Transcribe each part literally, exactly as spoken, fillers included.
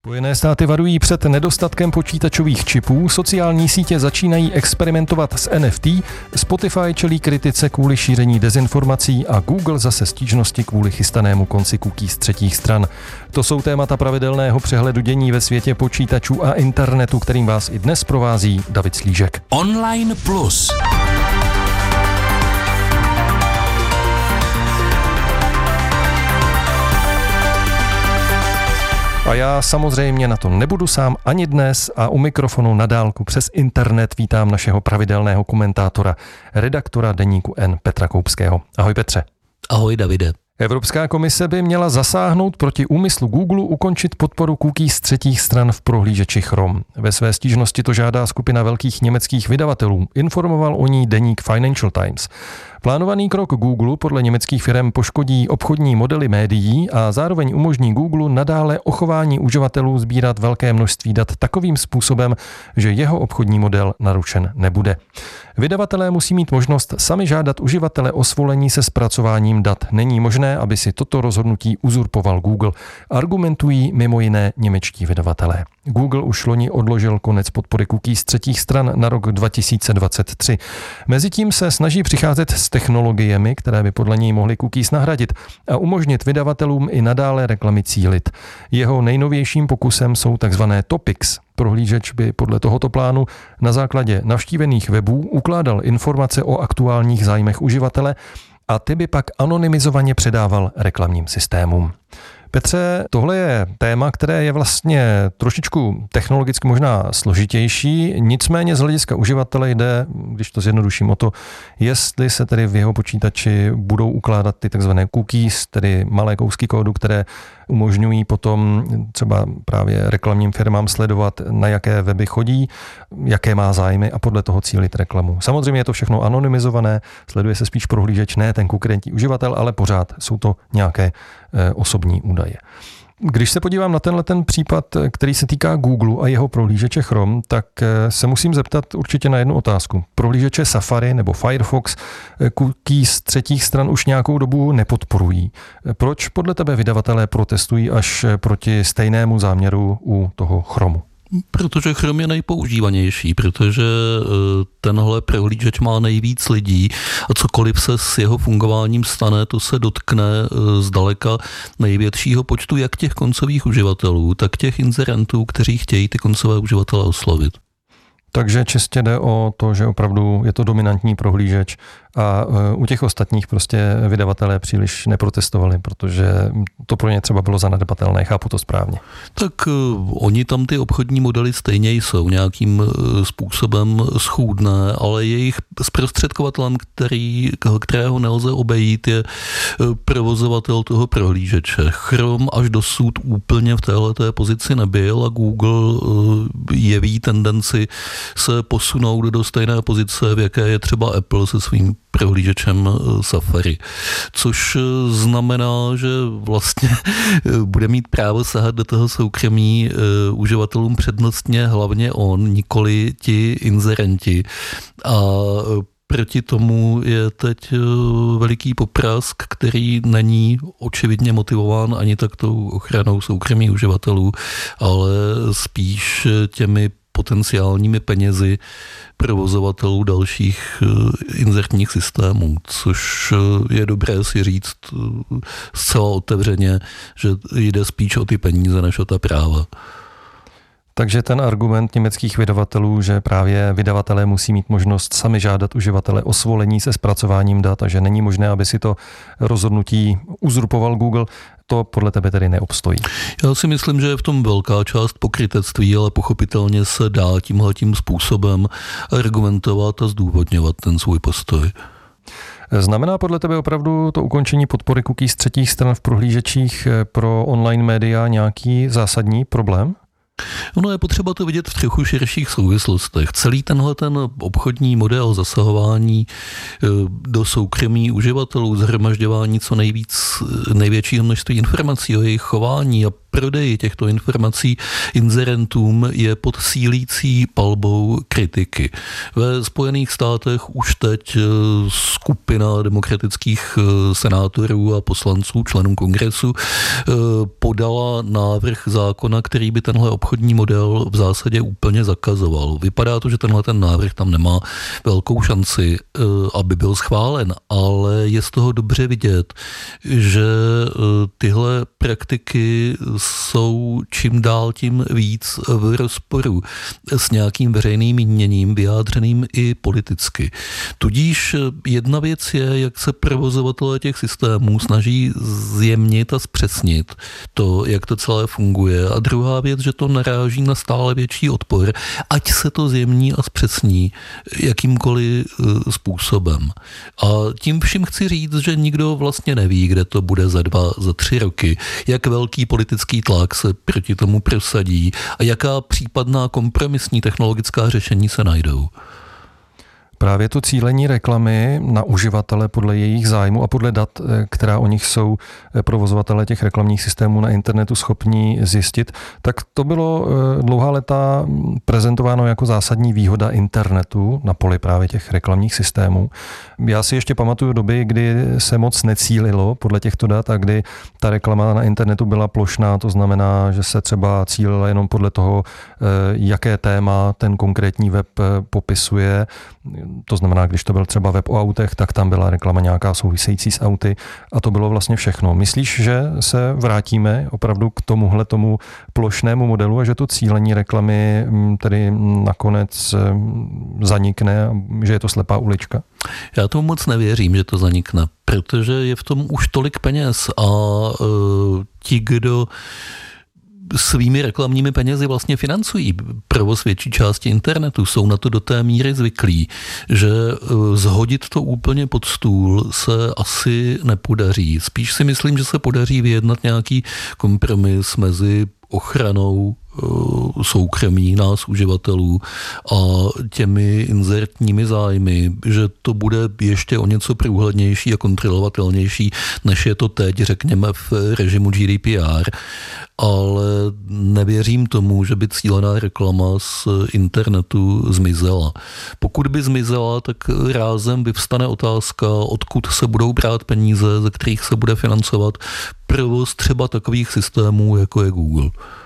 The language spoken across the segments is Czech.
Spojené státy varují před nedostatkem počítačových čipů, sociální sítě začínají experimentovat s N F T, Spotify čelí kritice kvůli šíření dezinformací a Google zase stížnosti kvůli chystanému konci cookies z třetích stran. To jsou témata pravidelného přehledu dění ve světě počítačů a internetu, kterým vás i dnes provází David Slížek. Online Plus. A já samozřejmě na to nebudu sám ani dnes a u mikrofonu na dálku přes internet vítám našeho pravidelného komentátora, redaktora deníku N Petra Koupského. Ahoj Petře. Ahoj Davide. Evropská komise by měla zasáhnout proti úmyslu Google ukončit podporu cookies z třetích stran v prohlížeči Chrome. Ve své stížnosti to žádá skupina velkých německých vydavatelů. Informoval o ní deník Financial Times. Plánovaný krok Google podle německých firem poškodí obchodní modely médií a zároveň umožní Google nadále o chování uživatelů sbírat velké množství dat takovým způsobem, že jeho obchodní model narušen nebude. Vydavatelé musí mít možnost sami žádat uživatele o svolení se zpracováním dat. Není možné, aby si toto rozhodnutí uzurpoval Google. Argumentují mimo jiné němečtí vydavatelé. Google už loni odložil konec podpory cookies z třetích stran na rok dva tisíce dvacet tři. Mezitím se snaží přicházet s technologiemi, které by podle něj mohly cookies nahradit a umožnit vydavatelům i nadále reklamy cílit. Jeho nejnovějším pokusem jsou takzvané topics. Prohlížeč by podle tohoto plánu na základě navštívených webů ukládal informace o aktuálních zájmech uživatele a ty by pak anonymizovaně předával reklamním systémům. Petře, tohle je téma, které je vlastně trošičku technologicky možná složitější, nicméně z hlediska uživatele jde, když to zjednoduším, o to, jestli se tedy v jeho počítači budou ukládat ty takzvané cookies, tedy malé kousky kódu, které umožňují potom třeba právě reklamním firmám sledovat, na jaké weby chodí, jaké má zájmy a podle toho cílit reklamu. Samozřejmě je to všechno anonymizované, sleduje se spíš prohlížeč, ne ten konkrétní uživatel, ale pořád jsou to nějaké e, osobní údaje. Když se podívám na tenhle ten případ, který se týká Google a jeho prohlížeče Chrome, tak se musím zeptat určitě na jednu otázku. Prohlížeče Safari nebo Firefox cookies z třetích stran už nějakou dobu nepodporují. Proč podle tebe vydavatelé protestují až proti stejnému záměru u toho Chromu? Protože Chrome je nejpoužívanější, protože tenhle prohlížeč má nejvíc lidí a cokoliv se s jeho fungováním stane, to se dotkne zdaleka největšího počtu jak těch koncových uživatelů, tak těch inzerentů, kteří chtějí ty koncové uživatele oslovit. Takže čistě jde o to, že opravdu je to dominantní prohlížeč a u těch ostatních prostě vydavatelé příliš neprotestovali, protože to pro ně třeba bylo zanedbatelné, chápu to správně. Tak uh, oni tam ty obchodní modely stejně jsou nějakým uh, způsobem schůdné, ale jejich zprostředkovatelem, který, kterého nelze obejít, je uh, provozovatel toho prohlížeče. Chrome až dosud úplně v téhleté pozici nebyl a Google uh, jeví tendenci se posunout do stejné pozice, v jaké je třeba Apple se svým prohlížečem Safari. Což znamená, že vlastně bude mít právo sahat do toho soukromí uživatelům přednostně hlavně on, nikoli ti inzerenti. A proti tomu je teď veliký poprask, který není očividně motivován ani tak tou ochranou soukromí uživatelů, ale spíš těmi potenciálními penězi provozovatelů dalších inzertních systémů, což je dobré si říct zcela otevřeně, že jde spíš o ty peníze než o ta práva. Takže ten argument německých vydavatelů, že právě vydavatelé musí mít možnost sami žádat uživatele o svolení se zpracováním dat a že není možné, aby si to rozhodnutí uzurpoval Google, to podle tebe tedy neobstojí. Já si myslím, že je v tom velká část pokrytectví, ale pochopitelně se dá tímhletím způsobem argumentovat a zdůvodňovat ten svůj postoj. Znamená podle tebe opravdu to ukončení podpory cookies z třetích stran v prohlížečích pro online média nějaký zásadní problém? Ono je potřeba to vidět v trochu širších souvislostech. Celý tenhle ten obchodní model zasahování do soukromí uživatelů, zhromažďování co nejvíc, největšího množství informací o jejich chování a prodeji těchto informací inzerentům je pod sílící palbou kritiky. Ve Spojených státech už teď skupina demokratických senátorů a poslanců, členů kongresu, podala návrh zákona, který by tenhle obchodní model v zásadě úplně zakazoval. Vypadá to, že tenhle ten návrh tam nemá velkou šanci, aby byl schválen, ale je z toho dobře vidět, že tyhle praktiky jsou čím dál tím víc v rozporu s nějakým veřejným míněním vyjádřeným i politicky. Tudíž jedna věc je, jak se provozovatelé těch systémů snaží zjemnit a zpřesnit to, jak to celé funguje. A druhá věc, že to naráží na stále větší odpor, ať se to zjemní a zpřesní jakýmkoliv způsobem. A tím vším chci říct, že nikdo vlastně neví, kde to bude za dva, za tři roky, jak velký politický tlak se proti tomu prosadí a jaká případná kompromisní technologická řešení se najdou. Právě to cílení reklamy na uživatele podle jejich zájmu a podle dat, která o nich jsou provozovatelé těch reklamních systémů na internetu schopní zjistit, tak to bylo dlouhá léta prezentováno jako zásadní výhoda internetu na poli právě těch reklamních systémů. Já si ještě pamatuju doby, kdy se moc necílilo podle těchto dat a kdy ta reklama na internetu byla plošná, to znamená, že se třeba cílila jenom podle toho, jaké téma ten konkrétní web popisuje. To znamená, když to byl třeba web o autech, tak tam byla reklama nějaká související s auty a to bylo vlastně všechno. Myslíš, že se vrátíme opravdu k tomuhle tomu plošnému modelu a že to cílení reklamy tedy nakonec zanikne, že je to slepá ulička? Já tomu moc nevěřím, že to zanikne, protože je v tom už tolik peněz a uh, ti, kdo svými reklamními penězi vlastně financují provoz větší části internetu, jsou na to do té míry zvyklí, že zhodit to úplně pod stůl se asi nepodaří. Spíš si myslím, že se podaří vyjednat nějaký kompromis mezi ochranou soukromí nás uživatelů a těmi inzertními zájmy, že to bude ještě o něco průhlednější a kontrolovatelnější, než je to teď, řekněme, v režimu G D P R, ale nevěřím tomu, že by cílená reklama z internetu zmizela. Pokud by zmizela, tak rázem vyvstane otázka, odkud se budou brát peníze, ze kterých se bude financovat provoz třeba takových systémů, jako je Google.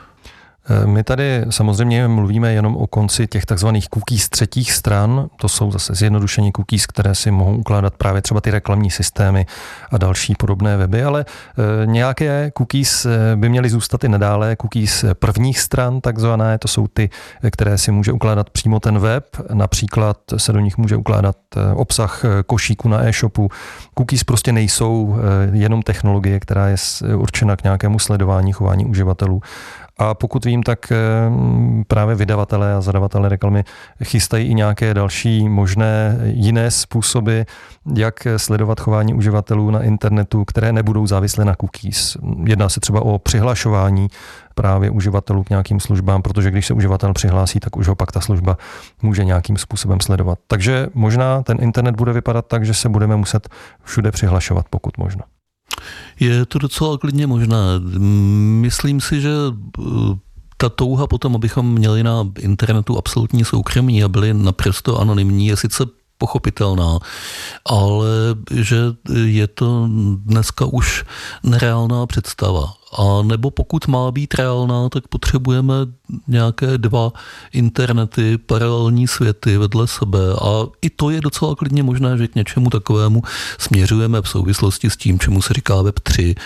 My tady samozřejmě mluvíme jenom o konci těch takzvaných cookies třetích stran. To jsou zase zjednodušení cookies, které si mohou ukládat právě třeba ty reklamní systémy a další podobné weby, ale nějaké cookies by měly zůstat i nadále. Cookies prvních stran takzvané, to jsou ty, které si může ukládat přímo ten web. Například se do nich může ukládat obsah košíku na e-shopu. Cookies prostě nejsou jenom technologie, která je určena k nějakému sledování chování uživatelů. A pokud vím, tak právě vydavatelé a zadavatelé reklamy chystají i nějaké další možné jiné způsoby, jak sledovat chování uživatelů na internetu, které nebudou závislé na cookies. Jedná se třeba o přihlašování právě uživatelů k nějakým službám, protože když se uživatel přihlásí, tak už ho pak ta služba může nějakým způsobem sledovat. Takže možná ten internet bude vypadat tak, že se budeme muset všude přihlašovat, pokud možno. Je to docela klidně možné. Myslím si, že ta touha potom, abychom měli na internetu absolutní soukromí a byli naprosto anonymní, je sice pochopitelná, ale že je to dneska už nereálná představa. A nebo pokud má být reálná, tak potřebujeme nějaké dva internety, paralelní světy vedle sebe a i to je docela klidně možné, že k něčemu takovému směřujeme v souvislosti s tím, čemu se říká web tři.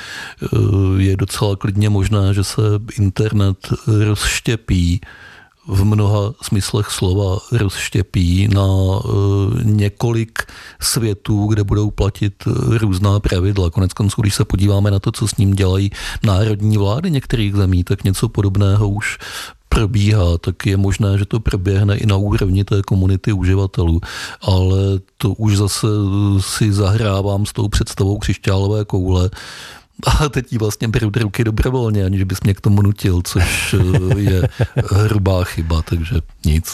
Je docela klidně možné, že se internet rozštěpí v mnoha smyslech slova rozštěpí na uh, několik světů, kde budou platit různá pravidla. Konec konců, když se podíváme na to, co s ním dělají národní vlády některých zemí, tak něco podobného už probíhá, tak je možné, že to proběhne i na úrovni té komunity uživatelů, ale to už zase si zahrávám s tou představou křišťálové koule. A teď jí vlastně beru do ruky dobrovolně, aniž bys mě k tomu nutil, což je hrubá chyba, takže nic.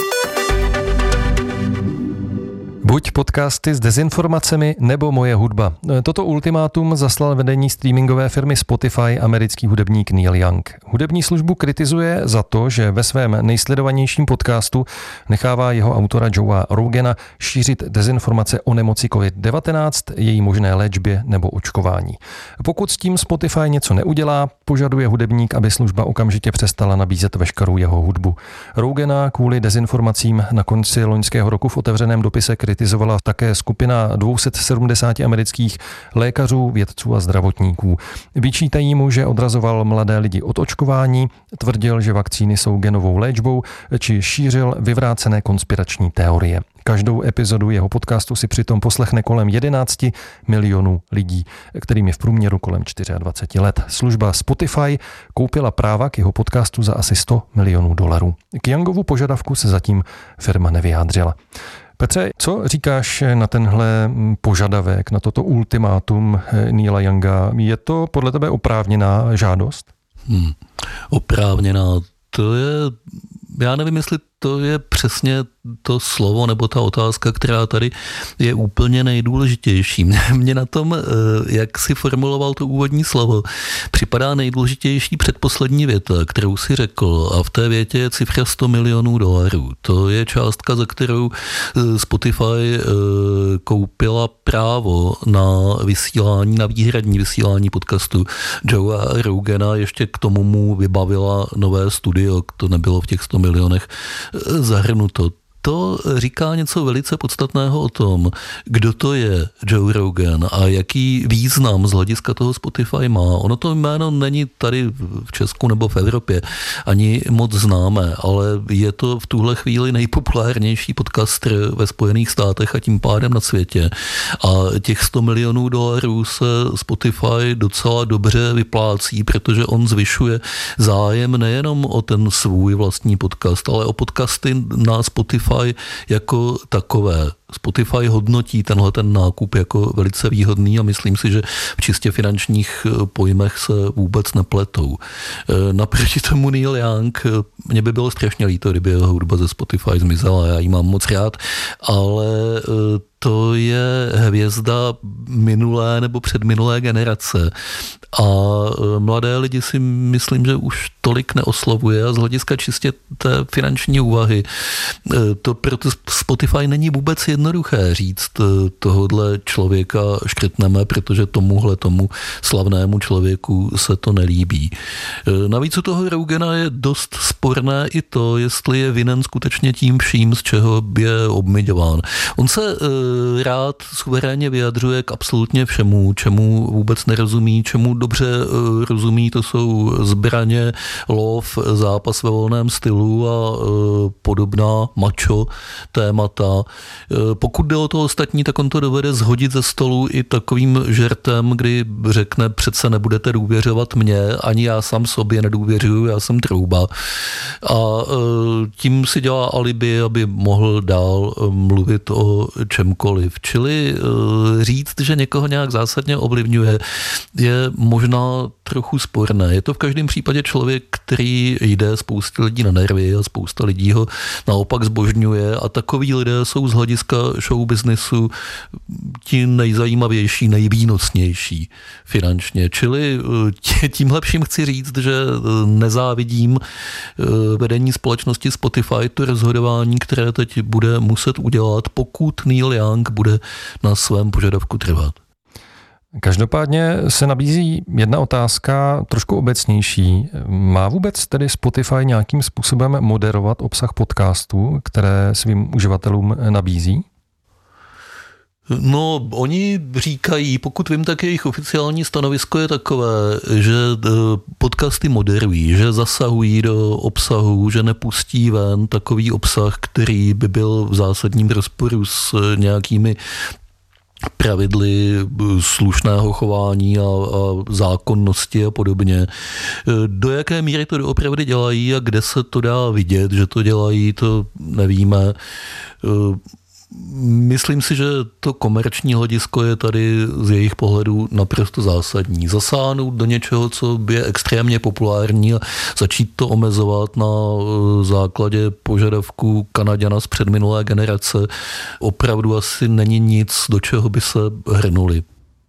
Buď podcasty s dezinformacemi, nebo moje hudba. Toto ultimátum zaslal vedení streamingové firmy Spotify americký hudebník Neil Young. Hudební službu kritizuje za to, že ve svém nejsledovanějším podcastu nechává jeho autora Joea Rogana šířit dezinformace o nemoci covid devatenáct, její možné léčbě nebo očkování. Pokud s tím Spotify něco neudělá, požaduje hudebník, aby služba okamžitě přestala nabízet veškerou jeho hudbu. Rogana kvůli dezinformacím na konci loňského roku v otevřeném dopise kritizovala také skupina dvě stě sedmdesát amerických lékařů, vědců a zdravotníků. Vyčítají mu, že odrazoval mladé lidi od očkování, tvrdil, že vakcíny jsou genovou léčbou, či šířil vyvrácené konspirační teorie. Každou epizodu jeho podcastu si přitom poslechne kolem jedenáct milionů lidí, kterým je v průměru kolem dvacet čtyři let. Služba Spotify koupila práva k jeho podcastu za asi sto milionů dolarů. K Youngovu požadavku se zatím firma nevyjádřila. Petře, co říkáš na tenhle požadavek, na toto ultimátum Neila Younga? Je to podle tebe oprávněná žádost? Hmm, oprávněná, to je, já nevím, jestli to je přesně to slovo nebo ta otázka, která tady je úplně nejdůležitější. Mně na tom, jak si formuloval to úvodní slovo, připadá nejdůležitější předposlední věta, kterou si řekl, a v té větě je cifra sto milionů dolarů. To je částka, za kterou Spotify koupila právo na vysílání, na výhradní vysílání podcastu Joea Rogana, ještě k tomu mu vybavila nové studio, to nebylo v těch sto milionech zahrnuto. To říká něco velice podstatného o tom, kdo to je Joe Rogan a jaký význam z hlediska toho Spotify má. Ono to jméno není tady v Česku nebo v Evropě ani moc známé, ale je to v tuhle chvíli nejpopulárnější podcaster ve Spojených státech a tím pádem na světě. A těch sto milionů dolarů se Spotify docela dobře vyplácí, protože on zvyšuje zájem nejenom o ten svůj vlastní podcast, ale o podcasty na Spotify jako takové. Spotify hodnotí tenhle ten nákup jako velice výhodný a myslím si, že v čistě finančních pojmech se vůbec nepletou. Naproti tomu Neil Young, mně by bylo strašně líto, kdyby jeho hudba ze Spotify zmizela, já ji mám moc rád, ale to je hvězda minulé nebo předminulé generace a mladé lidi si myslím, že už tolik neoslovuje a z hlediska čistě té finanční úvahy to proto Spotify není vůbec jednoduché říct tohodle člověka škrtneme, protože tomuhle tomu slavnému člověku se to nelíbí. Navíc u toho Rogana je dost sporné i to, jestli je vinen skutečně tím vším, z čeho je obmyďován. On se rád suverénně vyjadřuje k absolutně všemu, čemu vůbec nerozumí, čemu dobře rozumí, to jsou zbraně, lov, zápas ve volném stylu a podobná macho témata. Pokud jde o to ostatní, tak on to dovede zhodit ze stolu i takovým žertem, kdy řekne, přece nebudete důvěřovat mně, ani já sám sobě nedůvěřuju, já jsem trouba. A tím si dělá alibi, aby mohl dál mluvit o čemkoliv. Čili říct, že někoho nějak zásadně ovlivňuje, je možná trochu sporné. Je to v každém případě člověk, který jde spoustě lidí na nervy a spousta lidí ho naopak zbožňuje a takoví lidé jsou z hlediska show businessu ti nejzajímavější, nejvýnosnější finančně. Čili tímhle vším chci říct, že nezávidím vedení společnosti Spotify to rozhodování, které teď bude muset udělat, pokud Neil Young bude na svém požadavku trvat. Každopádně se nabízí jedna otázka trošku obecnější. Má vůbec tedy Spotify nějakým způsobem moderovat obsah podcastů, které svým uživatelům nabízí? No, oni říkají, pokud vím, tak jejich oficiální stanovisko je takové, že podcasty moderují, že zasahují do obsahu, že nepustí ven takový obsah, který by byl v zásadním rozporu s nějakými pravidly slušného chování a, a zákonnosti a podobně. Do jaké míry to doopravdy dělají a kde se to dá vidět, že to dělají, to nevíme. Myslím si, že to komerční hledisko je tady z jejich pohledu naprosto zásadní. Zasáhnout do něčeho, co je extrémně populární a začít to omezovat na základě požadavků Kanaďana z předminulé generace opravdu asi není nic, do čeho by se hrnuli.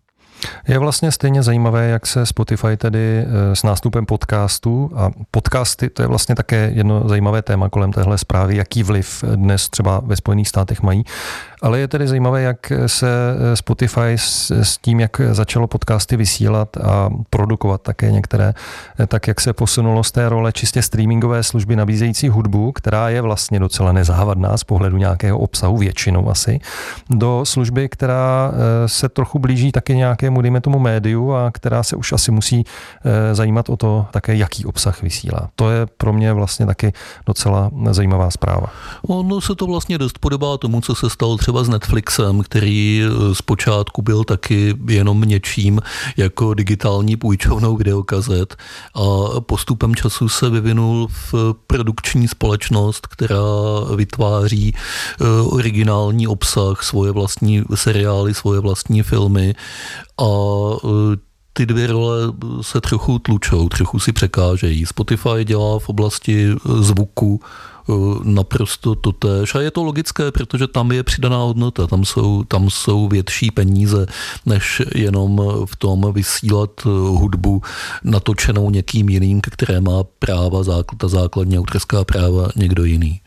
Je vlastně stejně zajímavé, jak se Spotify tedy s nástupem podcastu a podcasty, to je vlastně také jedno zajímavé téma kolem téhle zprávy, jaký vliv dnes třeba ve Spojených státech mají. Ale je tedy zajímavé, jak se Spotify s, s tím, jak začalo podcasty vysílat a produkovat také některé, tak jak se posunulo z té role čistě streamingové služby nabízející hudbu, která je vlastně docela nezávadná z pohledu nějakého obsahu, většinou asi, do služby, která se trochu blíží také nějakému, dejme tomu, médiu a která se už asi musí zajímat o to také, jaký obsah vysílá. To je pro mě vlastně taky docela zajímavá zpráva. Ono se to vlastně dost podobá tomu, co se stalo třeba s Netflixem, který zpočátku byl taky jenom něčím jako digitální půjčovnou videokazet a postupem času se vyvinul v produkční společnost, která vytváří originální obsah, svoje vlastní seriály, svoje vlastní filmy a ty dvě role se trochu tlučou, trochu si překážejí. Spotify dělá v oblasti zvuku naprosto totéž a je to logické, protože tam je přidaná hodnota, tam jsou, tam jsou větší peníze, než jenom v tom vysílat hudbu natočenou někým jiným, které má práva, ta základní autorská práva někdo jiný.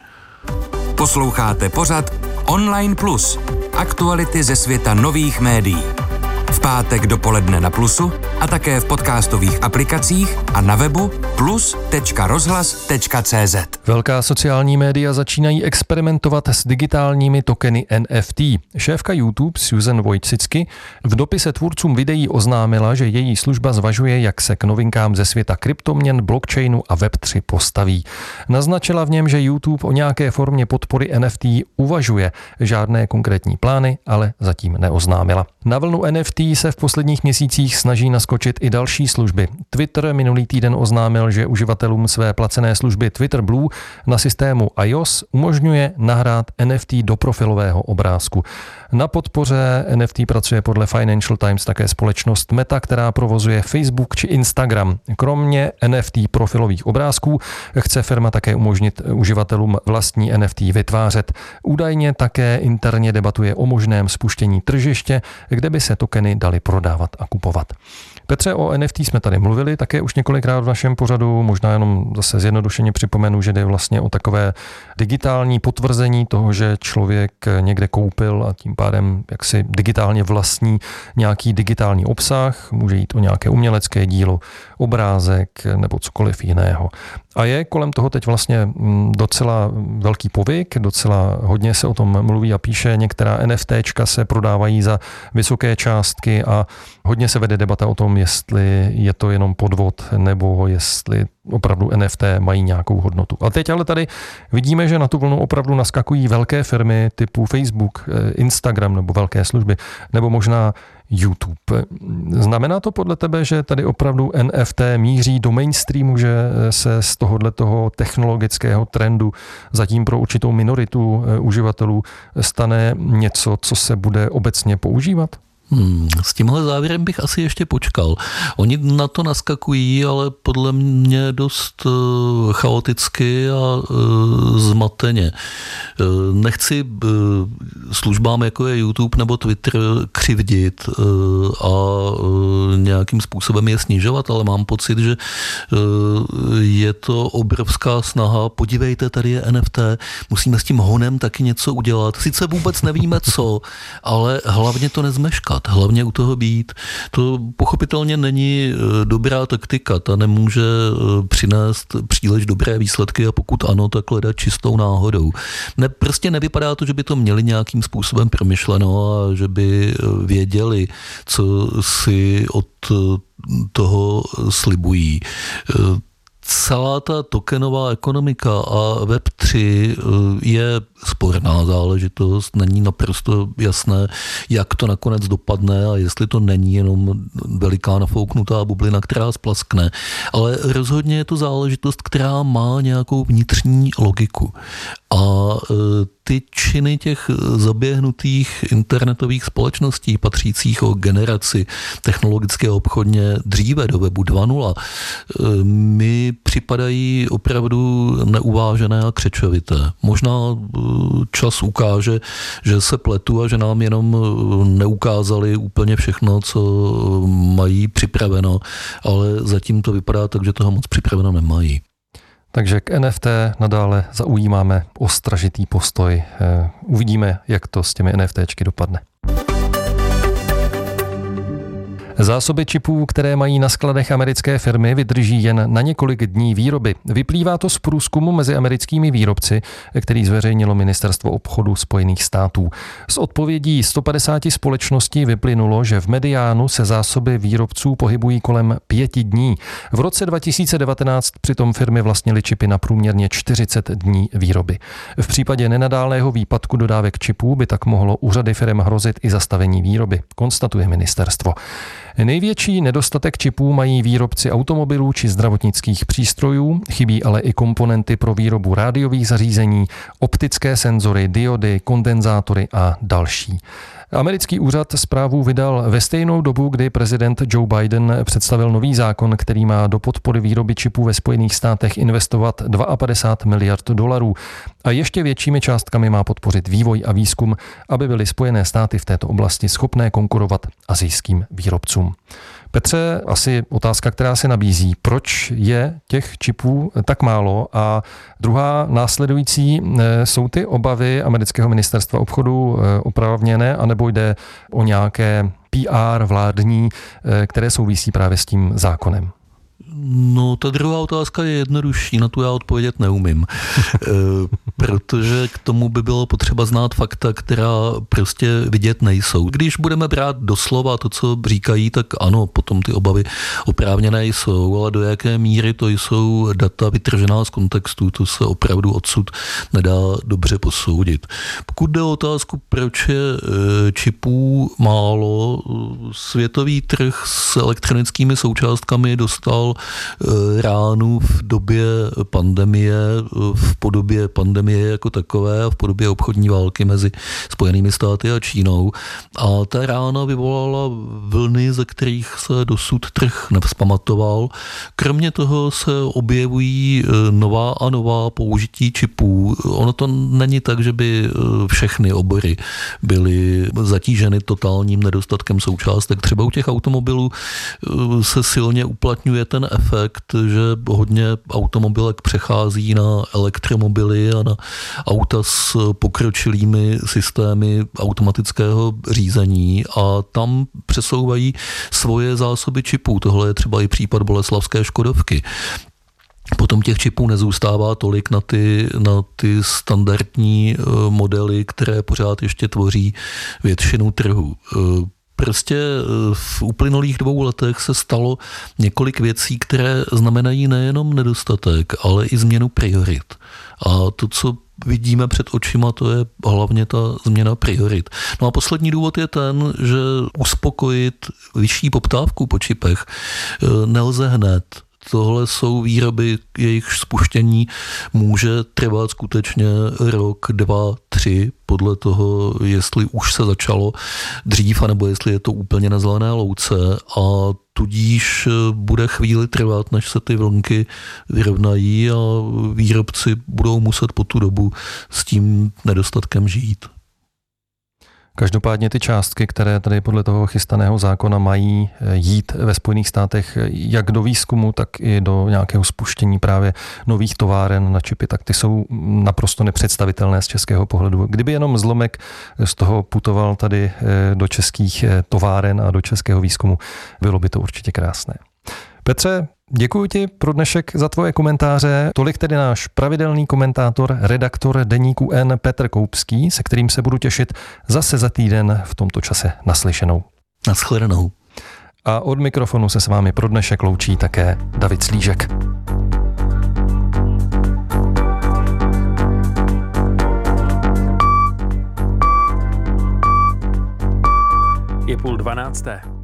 Posloucháte pořad Online Plus. Aktuality ze světa nových médií. V pátek dopoledne na Plusu a také v podcastových aplikacích a na webu plus tečka rozhlas tečka cé zet. Velká sociální média začínají experimentovat s digitálními tokeny N F T. Šéfka YouTube Susan Wojcicki v dopise tvůrcům videí oznámila, že její služba zvažuje, jak se k novinkám ze světa kryptoměn, blockchainu a web tři postaví. Naznačila v něm, že YouTube o nějaké formě podpory N F T uvažuje. Žádné konkrétní plány ale zatím neoznámila. Na vlnu N F T se v posledních měsících snaží naskočit i další služby. Twitter minulý týden oznámil, že uživatelům své placené služby Twitter Blue na systému iOS umožňuje nahrát N F T do profilového obrázku. Na podpoře N F T pracuje podle Financial Times také společnost Meta, která provozuje Facebook či Instagram. Kromě N F T profilových obrázků chce firma také umožnit uživatelům vlastní N F T vytvářet. Údajně také interně debatuje o možném spuštění tržiště, kde by se tokeny daly prodávat a kupovat. Petře, o N F T jsme tady mluvili také už několikrát v našem pořadu, možná jenom zase zjednodušeně připomenu, že jde vlastně o takové digitální potvrzení toho, že člověk někde koupil a tím pádem jaksi digitálně vlastní nějaký digitální obsah, může jít o nějaké umělecké dílo, obrázek nebo cokoliv jiného. A je kolem toho teď vlastně docela velký povyk, docela hodně se o tom mluví a píše, některá NFTčka se prodávají za vysoké částky a hodně se vede debata o tom, jestli je to jenom podvod nebo jestli opravdu N F T mají nějakou hodnotu. A teď ale tady vidíme, že na tu vlnu opravdu naskakují velké firmy typu Facebook, Instagram nebo velké služby, nebo možná YouTube. Znamená to podle tebe, že tady opravdu N F T míří do mainstreamu, že se z tohohletoho technologického trendu zatím pro určitou minoritu uživatelů stane něco, co se bude obecně používat? Hmm, s tímhle závěrem bych asi ještě počkal. Oni na to naskakují, ale podle mě dost uh, chaoticky a uh, zmateně. Uh, nechci uh, službám, jako je YouTube nebo Twitter, křivdit uh, a uh, nějakým způsobem je snižovat, ale mám pocit, že uh, je to obrovská snaha. Podívejte, tady je N F T, musíme s tím honem taky něco udělat. Sice vůbec nevíme co, ale hlavně to nezmeškat. Hlavně u toho být. To pochopitelně není dobrá taktika, ta nemůže přinést příliš dobré výsledky a pokud ano, tak hledat čistou náhodou. Ne, prostě nevypadá to, že by to měli nějakým způsobem promyšleno a že by věděli, co si od toho slibují. Celá ta tokenová ekonomika a web tři je sporná záležitost, není naprosto jasné, jak to nakonec dopadne a jestli to není jenom veliká nafouknutá bublina, která splaskne. Ale rozhodně je to záležitost, která má nějakou vnitřní logiku. A ty činy těch zaběhnutých internetových společností, patřících o generaci technologicky a obchodně dříve do webu dva tečka nula, mi připadají opravdu neuvážené a křečovité. Možná čas ukáže, že se pletu a že nám jenom neukázali úplně všechno, co mají připraveno, ale zatím to vypadá tak, že toho moc připraveno nemají. Takže k N F T nadále zaujímáme ostražitý postoj. Uvidíme, jak to s těmi NFTčky dopadne. Zásoby čipů, které mají na skladech americké firmy, vydrží jen na několik dní výroby. Vyplývá to z průzkumu mezi americkými výrobci, který zveřejnilo Ministerstvo obchodu Spojených států. Z odpovědí sto padesát společností vyplynulo, že v mediánu se zásoby výrobců pohybují kolem pěti dní. V roce dva tisíce devatenáct přitom firmy vlastnily čipy na průměrně čtyřicet dní výroby. V případě nenadálého výpadku dodávek čipů by tak mohlo u řady firm hrozit i zastavení výroby, konstatuje ministerstvo. Největší nedostatek čipů mají výrobci automobilů či zdravotnických přístrojů, chybí ale i komponenty pro výrobu rádiových zařízení, optické senzory, diody, kondenzátory a další. Americký úřad zprávu vydal ve stejnou dobu, kdy prezident Joe Biden představil nový zákon, který má do podpory výroby čipů ve Spojených státech investovat padesát dva miliard dolarů a ještě většími částkami má podpořit vývoj a výzkum, aby byly Spojené státy v této oblasti schopné konkurovat asijským výrobcům. Petře, asi otázka, která se nabízí. Proč je těch čipů tak málo? A druhá následující, jsou ty obavy amerického ministerstva obchodu oprávněné, anebo jde o nějaké P R vládní, které souvisí právě s tím zákonem? No, ta druhá otázka je jednodušší, na tu já odpovědět neumím, protože k tomu by bylo potřeba znát fakta, která prostě vidět nejsou. Když budeme brát doslova to, co říkají, tak ano, potom ty obavy oprávněné jsou, ale do jaké míry to jsou data vytržená z kontextu, to se opravdu odsud nedá dobře posoudit. Pokud jde o otázku, proč je čipů málo, světový trh s elektronickými součástkami dostal ránu v době pandemie, v podobě pandemie jako takové a v podobě obchodní války mezi Spojenými státy a Čínou. A ta rána vyvolala vlny, ze kterých se dosud trh nevzpamatoval. Kromě toho se objevují nová a nová použití čipů. Ono to není tak, že by všechny obory byly zatíženy totálním nedostatkem součástek. Třeba u těch automobilů se silně uplatňuje ten efekt, že hodně automobilek přechází na elektromobily a na auta s pokročilými systémy automatického řízení a tam přesouvají svoje zásoby čipů. Tohle je třeba i případ boleslavské Škodovky. Potom těch čipů nezůstává tolik na ty, na ty standardní modely, které pořád ještě tvoří většinu trhu. Prostě v uplynulých dvou letech se stalo několik věcí, které znamenají nejenom nedostatek, ale i změnu priorit. A to, co vidíme před očima, to je hlavně ta změna priorit. No a poslední důvod je ten, že uspokojit vyšší poptávku po čipech nelze hned. Tohle jsou výroby, jejich spuštění může trvat skutečně rok, dva, tři, podle toho, jestli už se začalo dřív, anebo jestli je to úplně na zelené louce a tudíž bude chvíli trvat, než se ty vlnky vyrovnají a výrobci budou muset po tu dobu s tím nedostatkem žít. Každopádně ty částky, které tady podle toho chystaného zákona mají jít ve Spojených státech jak do výzkumu, tak i do nějakého spuštění právě nových továren na čipy, tak ty jsou naprosto nepředstavitelné z českého pohledu. Kdyby jenom zlomek z toho putoval tady do českých továren a do českého výzkumu, bylo by to určitě krásné. Petře, děkuji ti pro dnešek za tvoje komentáře. Tolik tedy náš pravidelný komentátor, redaktor deníku N Petr Koupský, se kterým se budu těšit zase za týden v tomto čase naslyšenou. Naschledanou. A od mikrofonu se s vámi pro dnešek loučí také David Slížek. Je půl dvanácté.